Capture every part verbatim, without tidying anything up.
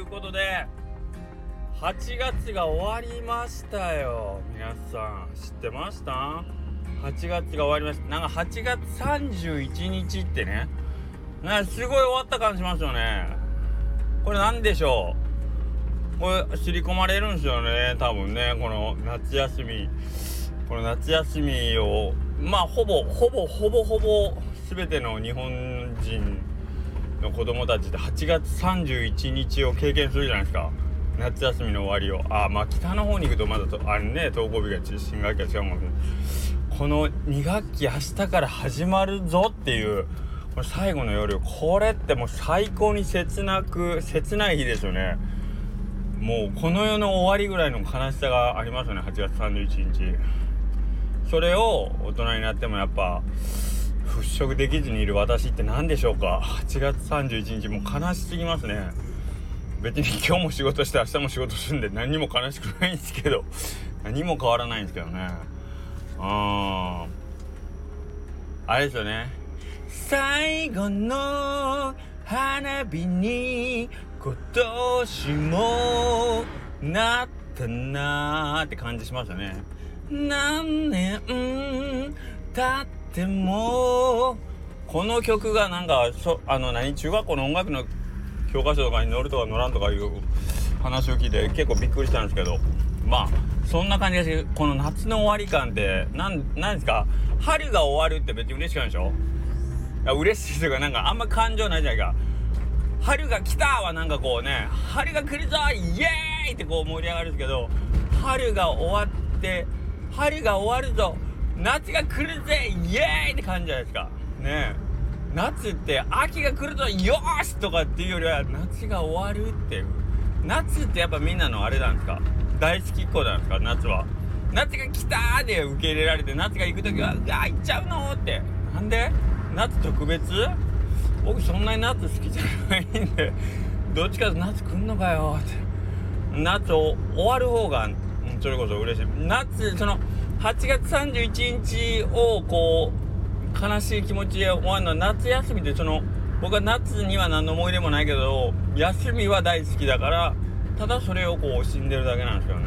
ことではちがつが終わりましたよ。皆さん知ってました？はちがつが終わりました。なんかはちがつさんじゅういちにちってね、なんかすごい終わった感じしますよね。これなんでしょう。これ刷り込まれるんですよね、多分ね。この夏休みこの夏休みをまあほぼほぼほぼほぼ全ての日本人の子供たちではちがつさんじゅういちにちを経験するじゃないですか。夏休みの終わりを。あまあ北の方に行くとまだとあれね、登校日が新学期は違うかもしれない。このにがっき明日から始まるぞっていうこれ最後の夜、これってもう最高に切なく切ない日ですよね。もうこの世の終わりぐらいの悲しさがありますよね、はちがつさんじゅういちにち。それを大人になってもやっぱ払拭できずにいる私って何でしょうか。はちがつさんじゅういちにちもう悲しすぎますね。別に今日も仕事して明日も仕事するんで何にも悲しくないんですけど何も変わらないんですけどね。あーあれですよね、最後の花火に今年もなったなーって感じしますよね。何年経ってもこの曲がなんかそあの何中学校の音楽の教科書とかに載るとか載らんとかいう話を聞いて結構びっくりしたんですけど、まあそんな感じです。この夏の終わり感ってなんなんですか。春が終わるって別に嬉しくないでしょ。いや嬉しいというかなんかあんま感情ないじゃないか。春が来たはなんかこうね、春が来るぞイエーイってこう盛り上がるんですけど、春が終わって春が終わるぞ夏が来るぜイエーイって感じじゃないですかね。え夏って秋が来るぞよーしとかっていうよりは夏が終わるっていう。夏ってやっぱみんなのあれなんですか、大好きっ子なんですか。夏は夏が来たーで受け入れられて、夏が行くときはうわ行っちゃうのーって。なんで夏特別？僕そんなに夏好きじゃないんでどっちかと夏来んのかよって。夏を終わる方がそれこそ嬉しい。夏そのはちがつさんじゅういちにちをこう悲しい気持ちで終わるのは夏休みで、その僕は夏には何の思い出もないけど休みは大好きだから、ただそれをこう惜しんでるだけなんですよね。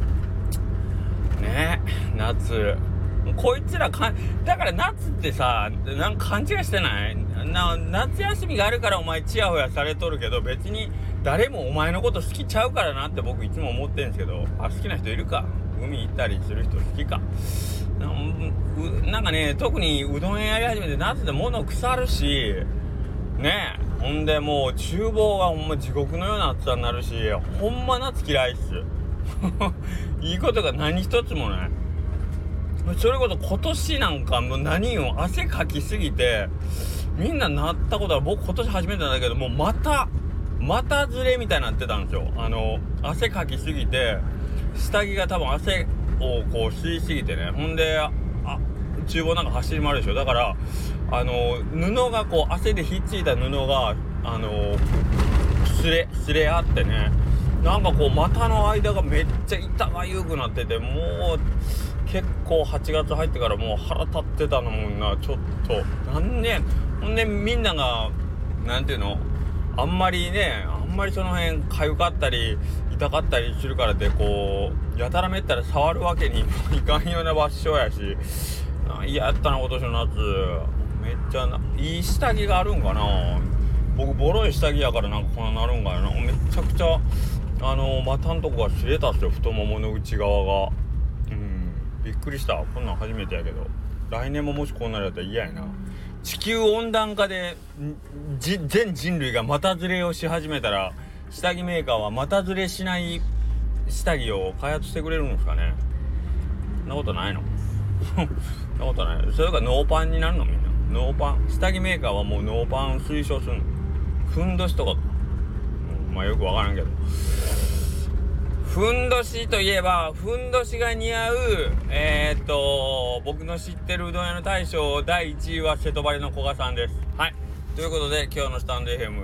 ねえ夏こいつらかだから夏ってさ、なんか勘違いしてないな。夏休みがあるからお前チヤホヤされとるけど、別に誰もお前のこと好きちゃうからなって僕いつも思ってるんですけど、あ好きな人いるか。海行ったりする人好きかな。なんかね、特にうどん屋やり始めて夏で物腐るしねえ、ほんでもう厨房がほんま地獄のような暑さになるし、ほんま夏嫌いっすいいことが何一つもない。それこそ今年なんかもう何よ、汗かきすぎてみんななったことは僕今年初めてなんだけど、もうまたまたずれみたいになってたんですよ。あの汗かきすぎて下着が多分汗をこう吸いすぎてね、ほんであ厨房なんか走り回るでしょ。だからあの布がこう汗でひっついた布があのすれすれ合ってね、なんかこう股の間がめっちゃ痛がゆくなってて、もう結構はちがつ入ってからもう腹立ってたのもんな。ちょっとなんでほんでみんながなんていうの、あんまりねあんまりその辺かゆかったり痛かったりするからってこうやたらめったら触るわけにいかんような場所やし、嫌やったな今年の夏。めっちゃないい下着があるんかな。僕ボロい下着やからなんかこんななるんかな。めちゃくちゃあの股んとこが擦れたっすよ、太ももの内側が。うんびっくりした。こんなん初めてやけど来年ももしこんなのやったら嫌やな。地球温暖化でじ全人類が股ずれをし始めたら、下着メーカーは股ずれしない下着を開発してくれるんですかね。そんなことないのそんなことない。それがノーパンになるの。みんなノーパン。下着メーカーはもうノーパン推奨するの。ふんどしとかか、うん、まあよくわからんけど、ふんどしといえばふんどしが似合うえーっと僕の知ってるうどん屋の大将だいいちいは瀬戸張の古賀さんです。はい、ということで今日のスタンド エフエム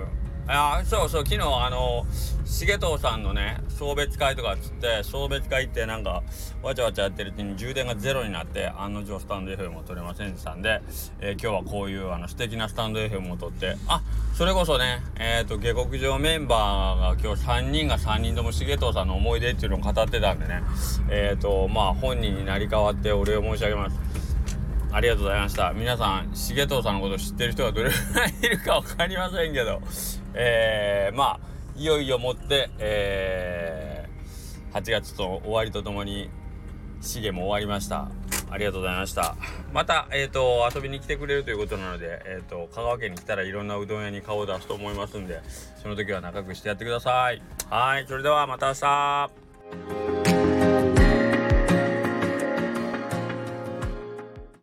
あそうそう、昨日あの重藤さんのね送別会とかっつって送別会ってなんかわちゃわちゃやってるうちに充電がゼロになって案の定スタンド エフエム も取れませんでしたんで、えー、今日はこういうあの素敵なスタンド エフエム を取って、あそれこそねえっ、ー、と下克上メンバーが今日さんにんがさんにんとも重藤さんの思い出っていうのを語ってたんでね、えっ、ー、とまあ本人になり代わってお礼を申し上げます。ありがとうございました。皆さん重藤さんのこと知ってる人がどれくらいいるか分かりませんけど、えー、まあいよいよもって、えー、はちがつと終わりとともに重も終わりました。ありがとうございました。また、えーと、遊びに来てくれるということなので、えーと、香川県に来たらいろんなうどん屋に顔を出すと思いますんで、その時は仲良くしてやってください。はい、それではまた明日。